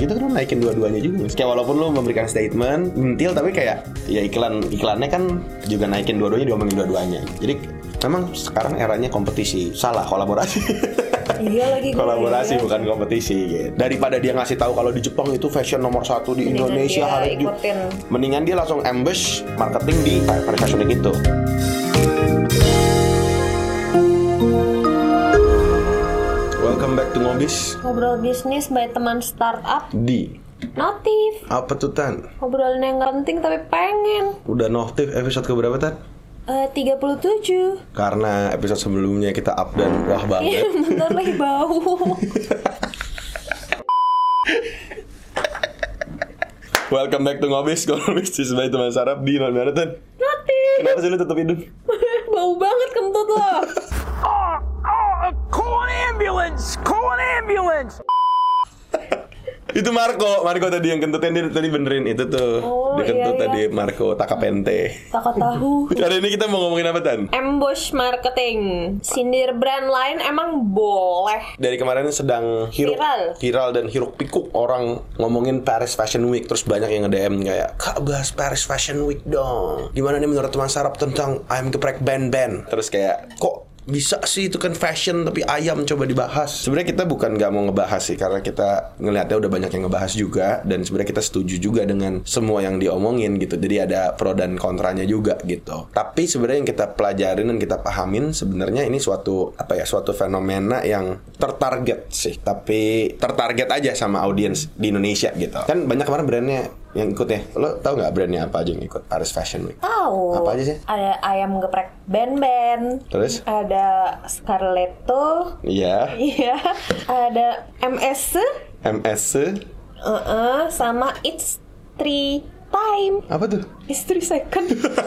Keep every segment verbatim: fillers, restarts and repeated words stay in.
itu kan lo naikin dua-duanya juga. Kayak walaupun lo memberikan statement mentil, tapi kayak ya iklan iklannya kan juga naikin dua-duanya, diomongin dua-duanya. Jadi memang sekarang eranya kompetisi, salah kolaborasi. Iya lagi kolaborasi ya. Bukan kompetisi gitu. Daripada dia ngasih tahu kalau di Jepang itu fashion nomor satu di mendingan Indonesia hari itu, mendingan dia langsung ambush marketing di Paris Fashion Week itu. Welcome back to Ngobis, ngobrol bisnis by teman startup di Notif. apa tuh Tan? Ngobrolin yang gak penting tapi pengen. Udah Notif episode keberapa Tan? Uh, tiga puluh tujuh. Karena episode sebelumnya kita up dan wah banget. Iya bentar lagi bau. Welcome back to Ngobis, Ngobis by teman startup di mana Tan? Notif. Kenapa sih lu tutup hidung? Bau banget kentut lo. Oh, oh, call an ambulance! Call an ambulance! Itu Marco, Marco tadi yang kentutnya dia tadi benerin itu tuh. Oh, dia kentut iya, tadi iya. Marco Takapente. Takut tahu. Hari ini kita mau ngomongin apa Tan? Ambush marketing. Sindir brand lain emang boleh. Dari kemarin sedang hiruk, Viral. viral dan hiruk pikuk orang ngomongin Paris Fashion Week. Terus banyak yang nge-D M kayak, Kak bahas Paris Fashion Week dong. Gimana nih menurut teman sarap tentang ayam geprek band-band? Terus kayak, kok bisa sih itu kan fashion tapi ayam coba dibahas. Sebenarnya kita bukan nggak mau ngebahas sih, karena kita ngelihatnya udah banyak yang ngebahas juga, dan sebenarnya kita setuju juga dengan semua yang diomongin gitu. Jadi ada pro dan kontranya juga gitu. Tapi sebenarnya yang kita pelajarin dan kita pahamin sebenarnya ini suatu apa ya suatu fenomena yang tertarget sih, tapi tertarget aja sama audiens di Indonesia gitu. Kan banyak kemarin brandnya yang ikut ya. Lo tau nggak brandnya apa aja yang ikut Paris Fashion Week? Tahu. Apa aja sih? Ada ayam geprek band-band. Terus? Ada Scarletto. Iya. Iya. Ada M S. M S. Uh-uh, sama It's Three Time. Apa tuh? It's Three Second.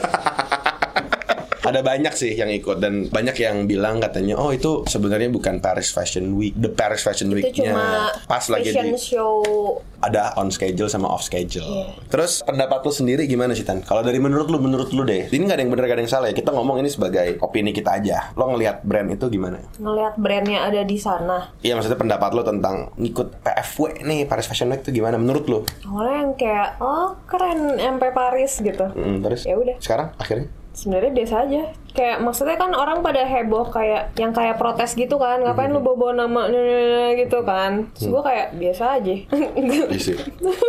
Ada banyak sih yang ikut, dan banyak yang bilang katanya oh itu sebenarnya bukan Paris Fashion Week, the Paris Fashion Itu Week-nya cuma pas lagi fashion di show. ada on schedule sama off schedule. Yeah. Terus pendapat lu sendiri gimana sih Tan? Kalau dari menurut lu, menurut lu deh. Ini nggak ada yang benar, nggak ada yang salah ya. Kita ngomong ini sebagai opini kita aja. Lo ngelihat brand itu gimana? Ngelihat brandnya ada di sana. Iya, maksudnya pendapat lu tentang ngikut P F W nih, Paris Fashion Week itu gimana menurut lu? Awalnya yang kayak oh keren sampai Paris gitu. Hmm, terus? Ya udah. Sekarang akhirnya? Sebenarnya biasa aja. Kayak maksudnya kan orang pada heboh kayak yang kayak protes gitu kan. Ngapain lu bawa-bawa nama gitu kan. Terus gue kayak biasa aja. Isi.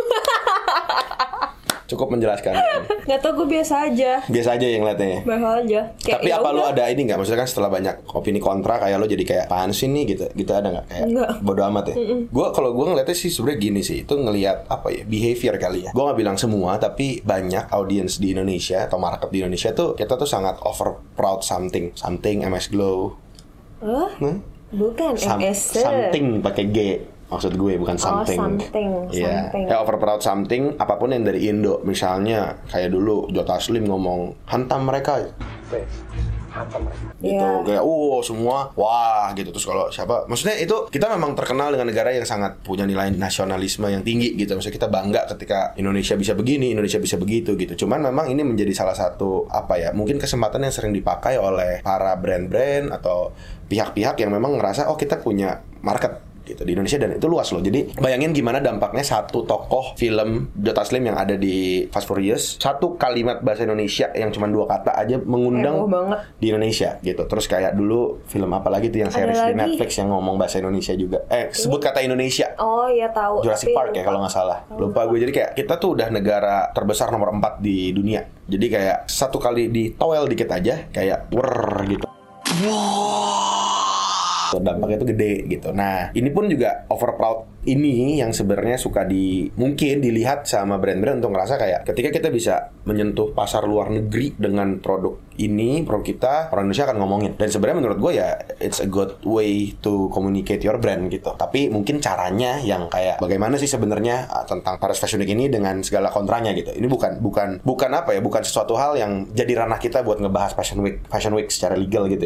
Cukup menjelaskan. Nggak tau, gue biasa aja. Biasa aja yang liatnya. Biasa aja. Kayak, Tapi ya apa udah. lu ada ini nggak? Maksudnya kan setelah banyak opini kontra kayak lu jadi kayak apaan sih nih gitu. Gitu ada nggak? Kayak Nggak. bodo amat ya. Gue kalau gue ngeliatnya sih sebenarnya gini sih. Itu ngelihat apa ya? Behavior kali ya. Gue nggak bilang semua, tapi banyak audiens di Indonesia atau market di Indonesia tuh kita tuh sangat over proud something, something M S Glow. Hah? Hmm? Bukan Sam- M S. something pakai G. Maksud gue bukan something. something, Iya. something. Ya over proud something apapun yang dari Indo. Misalnya kayak dulu Jota Slim ngomong hantam mereka. Gitu Iya. kayak oh semua wah gitu. Terus kalau siapa, maksudnya itu kita memang terkenal dengan negara yang sangat punya nilai nasionalisme yang tinggi gitu. Maksudnya kita bangga ketika Indonesia bisa begini, Indonesia bisa begitu gitu. Cuman memang ini menjadi salah satu apa ya, mungkin kesempatan yang sering dipakai oleh para brand-brand atau pihak-pihak yang memang ngerasa oh kita punya market gitu di Indonesia, dan itu luas loh. Jadi bayangin gimana dampaknya satu tokoh film Jota Slim yang ada di Fast Furious, satu kalimat bahasa Indonesia yang cuma dua kata aja mengundang Heboh banget di Indonesia gitu. Terus kayak dulu film apa lagi tuh yang Ada series di lagi. Netflix yang ngomong bahasa Indonesia juga. Eh sebut kata Indonesia. Oh iya tahu. Jurassic tapi Park ya lupa. kalau nggak salah. Lupa gue. Jadi kayak kita tuh udah negara terbesar nomor empat di dunia. Jadi kayak satu kali ditowel dikit aja kayak wer gitu. Dampaknya itu gede gitu. Nah, ini pun juga over proud ini yang sebenarnya suka di mungkin dilihat sama brand-brand untuk ngerasa kayak ketika kita bisa menyentuh pasar luar negeri dengan produk ini, produk kita, orang Indonesia akan ngomongin. Dan sebenarnya menurut gue ya it's a good way to communicate your brand gitu. Tapi mungkin caranya yang kayak bagaimana sih sebenarnya uh, tentang Paris Fashion Week ini dengan segala kontranya gitu. Ini bukan bukan bukan apa ya, bukan sesuatu hal yang jadi ranah kita buat ngebahas Fashion Week, Fashion Week secara legal gitu ya.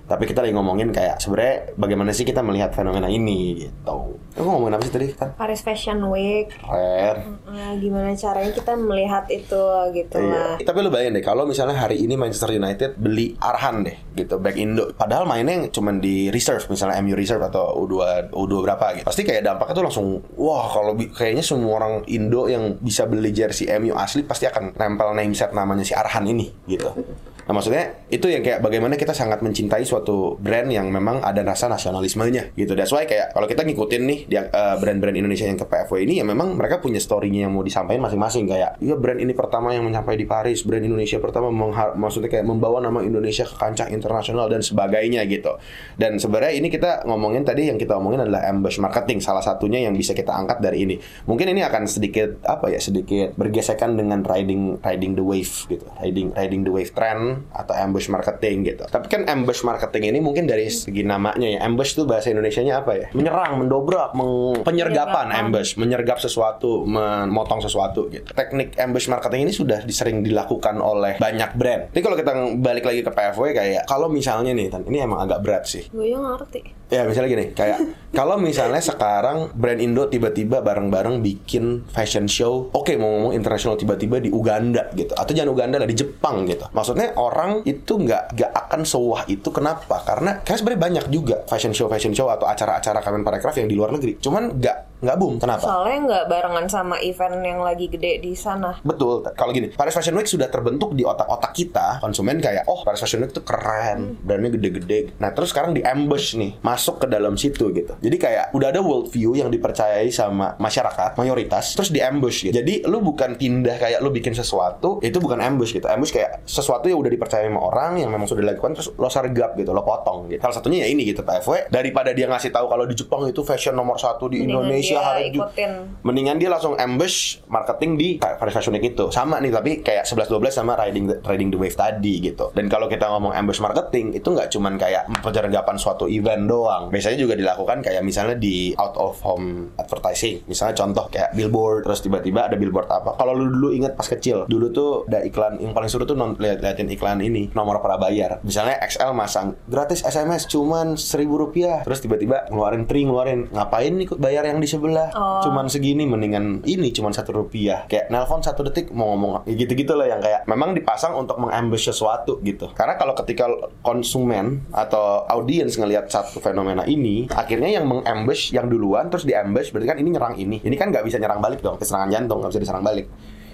Tapi kita lagi ngomongin kayak sebenarnya bagaimana sih kita melihat fenomena ini gitu. Aku ngomongin apa sih tadi kan? Paris Fashion Week. Keren. Nah, gimana caranya kita melihat itu gitu lah. Iya. Tapi lu bayangin deh kalau misalnya hari ini Manchester United beli Arhan deh gitu, back Indo. Padahal mainnya cuma di reserve, misalnya M U reserve atau U dua U dua berapa gitu. Pasti kayak dampaknya tuh langsung wah, kalau bi- kayaknya semua orang Indo yang bisa beli jersey M U asli pasti akan nempel name set namanya si Arhan ini gitu. Nah maksudnya itu yang kayak bagaimana kita sangat mencintai suatu brand yang memang ada rasa nasionalismenya gitu. That's why kayak kalau kita ngikutin nih dia, uh, brand-brand Indonesia yang ke P F W ini ya memang mereka punya story-nya yang mau disampaikan masing-masing. Kayak ya brand ini pertama yang mencapai di Paris, brand Indonesia pertama mengha- maksudnya kayak membawa nama Indonesia ke kancah internasional dan sebagainya gitu. Dan sebenarnya ini kita ngomongin tadi yang kita ngomongin adalah ambush marketing, salah satunya yang bisa kita angkat dari ini. Mungkin ini akan sedikit apa ya sedikit bergesekan dengan riding riding the wave gitu, riding riding the wave trend atau ambush marketing gitu. Tapi kan ambush marketing ini mungkin dari segi namanya ya. Ambush tuh bahasa Indonesianya apa ya? Menyerang, mendobrak, meng- penyergapan, ambush, menyergap sesuatu, memotong sesuatu gitu. Teknik ambush marketing ini sudah sering dilakukan oleh banyak brand. Tapi kalau kita balik lagi ke P F W kayak kalau misalnya nih, ini emang agak berat sih. Gue yang ngerti. Ya misalnya gini, kayak kalau misalnya sekarang brand Indo tiba-tiba bareng-bareng bikin fashion show, oke okay, mau ngomong internasional tiba-tiba di Uganda gitu, atau jangan Uganda lah, di Jepang gitu. Maksudnya orang itu nggak nggak akan sewah itu. Kenapa? Karena karena sebenarnya banyak juga fashion show fashion show atau acara-acara Kemenparekraf yang di luar negeri, cuman nggak nggak boom. Kenapa? Soalnya nggak barengan sama event yang lagi gede di sana. Betul. Kalau gini, Paris Fashion Week sudah terbentuk di otak-otak kita konsumen kayak, oh Paris Fashion Week itu keren, hmm. brandnya gede-gede. Nah terus sekarang di ambush nih, masuk ke dalam situ gitu. Jadi kayak udah ada world view yang dipercayai sama masyarakat mayoritas, terus di ambush gitu. Jadi lu bukan pindah kayak lu bikin sesuatu, itu bukan ambush gitu. Ambush kayak sesuatu yang udah dipercayai sama orang yang memang sudah dilakukan, terus lo sergap gitu, lo potong gitu. Salah satunya ya ini gitu, P F W. Daripada dia ngasih tahu kalau di Jepang itu fashion nomor satu di Mendingan Indonesia hari itu, mendingan dia langsung ambush marketing di Paris Fashion Week itu. Sama nih, tapi kayak eleven twelve sama riding the, riding the wave tadi gitu. Dan kalau kita ngomong ambush marketing, itu nggak cuman kayak penyergapan suatu event doang. Biasanya juga dilakukan kayak misalnya di out of home advertising. Misalnya contoh kayak billboard, terus tiba-tiba ada billboard apa. Kalau lu dulu ingat pas kecil, dulu tuh ada iklan yang paling seru tuh non, liat, liatin iklan ini, nomor prabayar. Misalnya X L masang gratis S M S cuman seribu rupiah. Terus tiba-tiba ngeluarin tri, ngeluarin ngapain nih bayar yang di sebelah? Oh. Cuman segini, mendingan ini cuman satu rupiah. Kayak nelpon satu detik mau ngomong ya gitu-gitu lah, yang kayak memang dipasang untuk mengambush sesuatu gitu. Karena kalau ketika konsumen atau audiens ngelihat satu fenomena ini, akhirnya yang mengambush yang duluan terus diambush, berarti kan ini nyerang ini. Ini kan nggak bisa nyerang balik dong, serangan jantung nggak bisa diserang balik.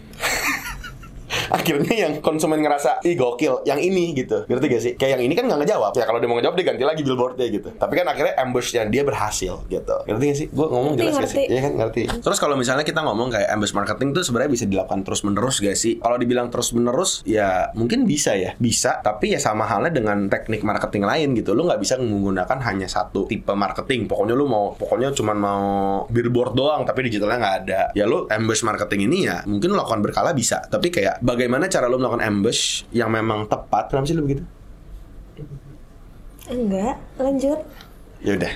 Akhirnya yang konsumen ngerasa ih gokil yang ini gitu, ngerti gak sih? Kayak yang ini kan nggak ngejawab ya, kalau dia mau ngejawab dia ganti lagi billboardnya gitu. Tapi kan akhirnya ambush yang dia berhasil gitu, ngerti gak sih? Gue ngomong ngerti, jelas ngerti. gak sih? Iya kan, ngerti. Terus kalau misalnya kita ngomong kayak ambush marketing tuh sebenarnya bisa dilakukan terus menerus gak sih? Kalau dibilang terus menerus ya mungkin bisa ya, bisa. Tapi ya sama halnya dengan teknik marketing lain gitu. Lu nggak bisa menggunakan hanya satu tipe marketing. Pokoknya lu mau, pokoknya cuma mau billboard doang tapi digitalnya nggak ada. Ya lu ambush marketing ini ya mungkin lu lakukan berkala bisa. Tapi kayak bagaimana cara lu melakukan ambush yang memang tepat? Kenapa sih lu begitu? Enggak, lanjut. Ya udah.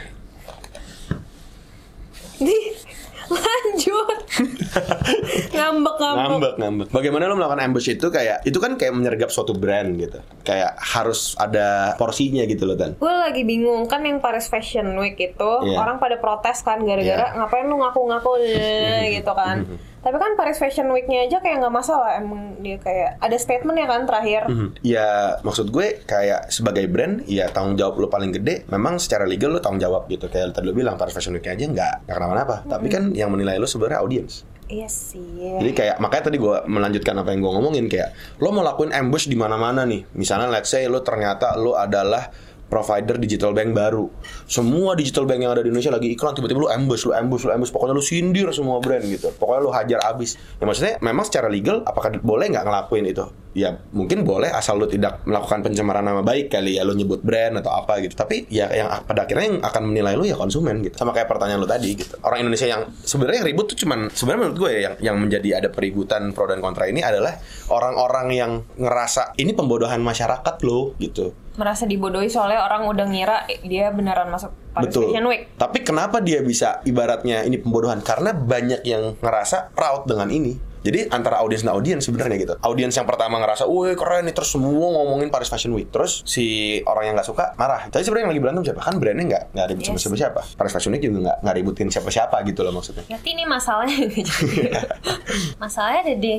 Nih, lanjut. ngambek ngambek. Ngambek ngambek. Bagaimana lo melakukan ambush itu kayak itu kan kayak menyergap suatu brand gitu. Kayak harus ada porsinya gitu loh, Tan. Gue lagi bingung kan yang Paris Fashion Week itu yeah. orang pada protes kan gara-gara yeah. ngapain lu ngaku-ngaku gitu kan. Tapi kan Paris Fashion Week-nya aja kayak nggak masalah, emang dia kayak ada statement ya kan terakhir. Mm-hmm. Ya maksud gue kayak sebagai brand, ya tanggung jawab lo paling gede. Memang secara legal lo tanggung jawab gitu. Kayak tadi lo bilang Paris Fashion Week-nya aja nggak nggak kenapa-napa. Mm-hmm. Tapi kan yang menilai lo sebenarnya audiens. Iya sih. Jadi kayak makanya tadi gue melanjutkan apa yang gue ngomongin, kayak lo mau lakuin ambush di mana-mana nih. Misalnya let's say lo ternyata lo adalah provider digital bank baru. Semua digital bank yang ada di Indonesia lagi iklan, tiba-tiba lu ambush, lu ambush, lu ambush. Pokoknya lu sindir semua brand gitu. Pokoknya lu hajar abis. Ya maksudnya memang secara legal apakah boleh nggak ngelakuin itu? Ya mungkin boleh asal lu tidak melakukan pencemaran nama baik kali ya, lu nyebut brand atau apa gitu. Tapi ya yang pada akhirnya yang akan menilai lu ya konsumen gitu. Sama kayak pertanyaan lu tadi gitu. Orang Indonesia yang sebenarnya yang ribut tuh cuman sebenarnya menurut gue ya yang yang menjadi ada peributan pro dan kontra ini adalah orang-orang yang ngerasa ini pembodohan masyarakat lo gitu. Merasa dibodohi soalnya orang udah ngira dia beneran masuk Paris Betul. Fashion Week. Tapi kenapa dia bisa ibaratnya ini pembodohan? Karena banyak yang ngerasa proud dengan ini. Jadi antara audiens dan audiens sebenarnya gitu. Audiens yang pertama ngerasa, wih keren nih, terus semua ngomongin Paris Fashion Week. Terus si orang yang nggak suka marah. Tapi sebenarnya yang lagi berantem siapa? Kan brandnya nggak nggak ribut sama Yes. siapa-siapa. Paris Fashion Week juga nggak nggak ributin siapa-siapa gitu loh maksudnya. Berarti ini masalahnya. Masalahnya ada deh.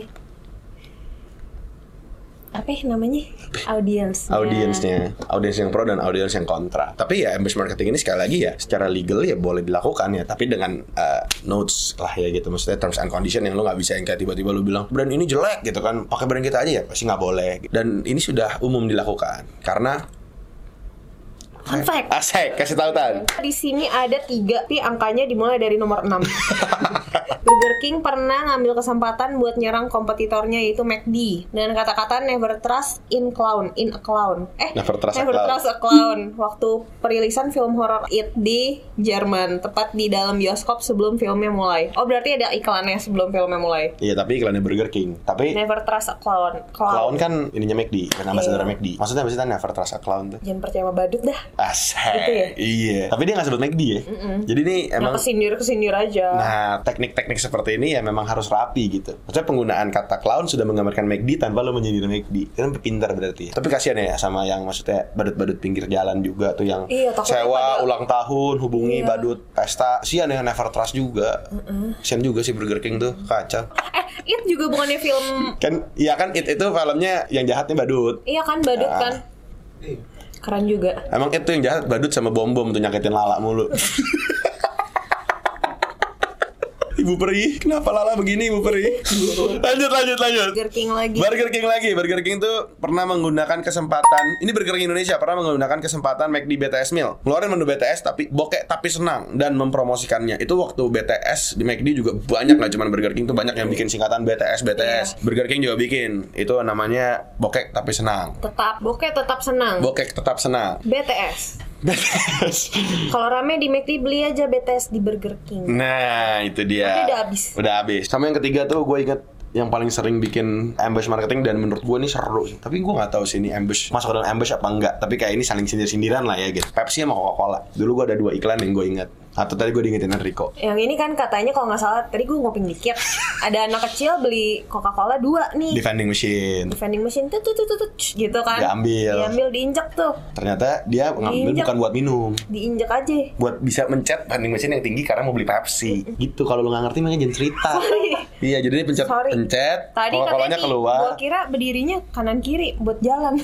Apa ya namanya? Audiens. Audiensnya, audiens yang pro dan audiens yang kontra. Tapi ya ambush marketing ini sekali lagi ya secara legal ya boleh dilakukan ya, tapi dengan uh, notes lah ya gitu, maksudnya terms and condition yang lo nggak bisa yang kayak tiba-tiba lo bilang brand ini jelek gitu kan, pakai brand kita aja ya pasti nggak boleh. Dan ini sudah umum dilakukan karena Fun fact. Asik, kasih tahu Tan. Di sini ada tiga, tapi angkanya dimulai dari nomor enam. Burger King pernah ngambil kesempatan buat nyerang kompetitornya yaitu McD dengan kata-kata never trust in clown, in a clown. Eh, Never trust a never clown. trust a clown. Waktu perilisan film horor It di Jerman, tepat di dalam bioskop sebelum filmnya mulai. Oh, berarti ada iklannya sebelum filmnya mulai. Iya, tapi iklannya Burger King. Tapi Never trust a clown. clown kan ininya McD, kan ambassador Iya. McD. Maksudnya apa sih Tan, never trust a clown tuh? Jangan percaya sama badut dah. Asik. Gitu ya? Iya. Tapi dia nggak sebut McD ya. Jadi ini Emang emang kesindir-kesindir aja. Nah, teknik-teknik seperti ini ya memang harus rapi gitu. Maksudnya penggunaan kata clown sudah menggambarkan McD tanpa lo menyindir McD. Kan pintar berarti ya. Tapi kasihan ya sama yang maksudnya badut-badut pinggir jalan juga tuh yang Iya, takutnya sewa pada- ulang tahun, hubungi Iya. badut pesta. Sian yang never trust juga. Sian juga sih Burger King tuh, kacau. Eh, It juga bukannya film. Kan iya kan It itu filmnya yang jahatnya badut. Iya kan, badut Ah. kan. Keren juga. Emang itu yang jahat badut sama bom-bom tuh nyakitin Lala mulu. Ibu Peri, kenapa Lala begini Ibu Peri? Lanjut, lanjut, lanjut. Burger King lagi. Burger King lagi. Burger King tuh pernah menggunakan kesempatan. Ini Burger King Indonesia pernah menggunakan kesempatan McD B T S Meal. Ngeluarin menu B T S tapi bokek tapi senang dan mempromosikannya. Itu waktu B T S di McD juga banyak, nggak cuma Burger King tuh banyak yang bikin singkatan B T S B T S. Burger King juga bikin. Itu namanya bokek tapi senang. Tetap bokeh tetap senang. Bokek tetap senang. B T S. B T S. Kalau rame di McD beli aja B T S di Burger King. Nah, itu dia. Tapi udah habis. Udah habis. Sama yang ketiga tuh gue inget yang paling sering bikin ambush marketing dan menurut gue ini seru sih. Tapi gue nggak tahu sih ini ambush masuk ke dalam ambush apa enggak. Tapi kayak ini saling sindir-sindiran lah ya gitu. Pepsi sama Coca-Cola. Dulu gue ada dua iklan yang gue inget. Atau tadi gue diingetin Enrico. Yang ini kan katanya kalau nggak salah tadi gue ngoping dikit. Ada anak kecil beli Coca-Cola dua nih. Di vending machine. Di vending machine tuh tuh tuh tuh tuh, gitu kan. Diambil. Diambil diinjek tuh. Ternyata dia ngambil Diinjek. bukan buat minum. Diinjek aja. Buat bisa mencet vending machine yang tinggi karena mau beli Pepsi. Gitu, kalau lu nggak ngerti makanya jangan cerita. Sorry. Iya, jadi dia pencet Sorry. pencet. Tadi Coca-Colanya katanya nih, keluar. gue kira berdirinya kanan kiri buat jalan.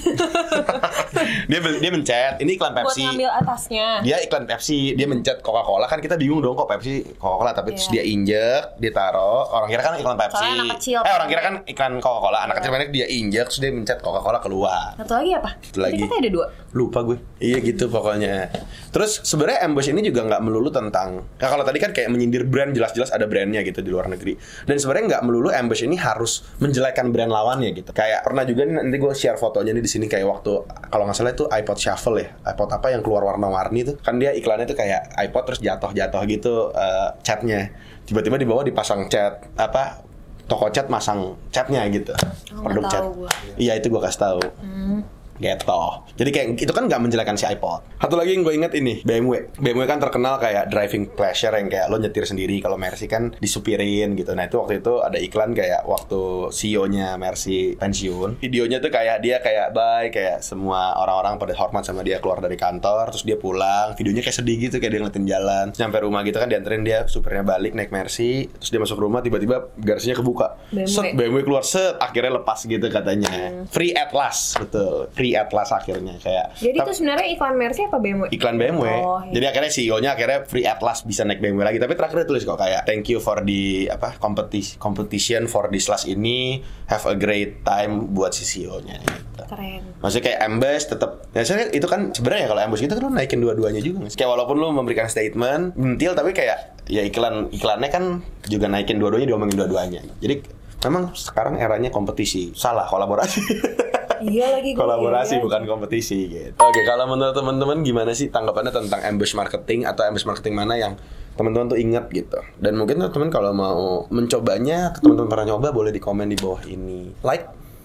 dia bel- dia mencet. Ini iklan Buat Pepsi. ngambil atasnya. Dia iklan Pepsi, dia mencet Coca-Cola, kan kita bingung dong kok Pepsi Coca-Cola, tapi terus Iya. dia injek, dia taruh, orang kira kan iklan Pepsi. Soalnya anak kecil. Eh orang kira kan iklan Coca-Cola, anak kecil banyak dia injek, terus dia mencet Coca-Cola keluar. Satu lagi apa? Satu lagi. Tadi katanya ada dua. Lupa gue. Iya gitu pokoknya. Terus sebenarnya ambush ini juga nggak melulu tentang. Ya kalau tadi kan kayak menyindir brand, jelas-jelas ada brandnya gitu di luar negeri. Dan sebenarnya nggak melulu ambush ini harus menjelekkan brand lawannya gitu. Kayak pernah juga nih, nanti gue share fotonya nih di sini kayak waktu kalau nggak salah itu iPod Shuffle ya, iPod apa yang keluar warna-warni tuh. Kan dia iklannya tuh kayak iPod terus jatuh-jatuh gitu uh, catnya. Tiba-tiba di bawah dipasang cat apa? Toko cat masang catnya gitu. Oh, Produk nggak cat. tahu gua. Iya itu gue kasih tahu. Hmm. Gitu. Jadi kayak itu kan nggak menjelekan si iPod. Satu lagi yang gue inget ini B M W. B M W kan terkenal kayak driving pleasure yang kayak lo nyetir sendiri. Kalau Mercy kan disupirin gitu. Nah itu waktu itu ada iklan kayak waktu C E O-nya Mercy pensiun. Videonya tuh kayak dia kayak bye, kayak semua orang-orang pada hormat sama dia keluar dari kantor. Terus dia pulang. Videonya kayak sedih gitu, kayak dia ngeliatin jalan. Terus nyampe rumah gitu kan dianterin dia, supirnya balik naik Mercy. Terus dia masuk rumah tiba-tiba garasinya kebuka. B M W. Set B M W keluar set. Akhirnya lepas gitu katanya. Free at last. Betul. Free at last akhirnya kayak. Jadi Tapi- itu sebenarnya iklan Mercy apa B M W? iklan B M W. Oh, iya. Jadi akhirnya C E O-nya akhirnya free at last bisa naik B M W lagi. Tapi terakhir dia tulis kok kayak thank you for the apa competition competition for this last ini. Have a great time buat si C E O-nya gitu. Keren. Maksudnya kayak ambush tetap. Ya soalnya itu kan sebenarnya kalau ambush itu kan lo naikin dua-duanya juga. Nggak sih? Kayak walaupun lo memberikan statement bentil tapi kayak ya iklan iklannya kan juga naikin dua-duanya, diomongin dua-duanya. Jadi memang sekarang eranya kompetisi. Salah kolaborasi. Iya lagi gue. Kolaborasi iya. bukan kompetisi gitu. Oke, kalau menurut teman-teman gimana sih tanggapannya tentang ambush marketing atau ambush marketing mana yang teman-teman tuh ingat gitu. Dan mungkin teman-teman kalau mau mencobanya, atau teman-teman pernah nyoba boleh di komen di bawah ini. Like.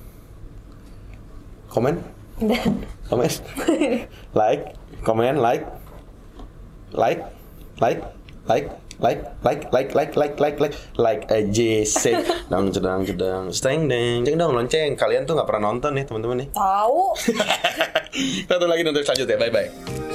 Komen. Komen. Like, komen, like. Like, like, like. like like like like like like like like aja say dang jedang jedang steng deng jeng dong lonceng. Kalian tuh nggak pernah nonton nih teman-teman nih. Tahu. Satu lagi nonton selanjutnya. Bye bye.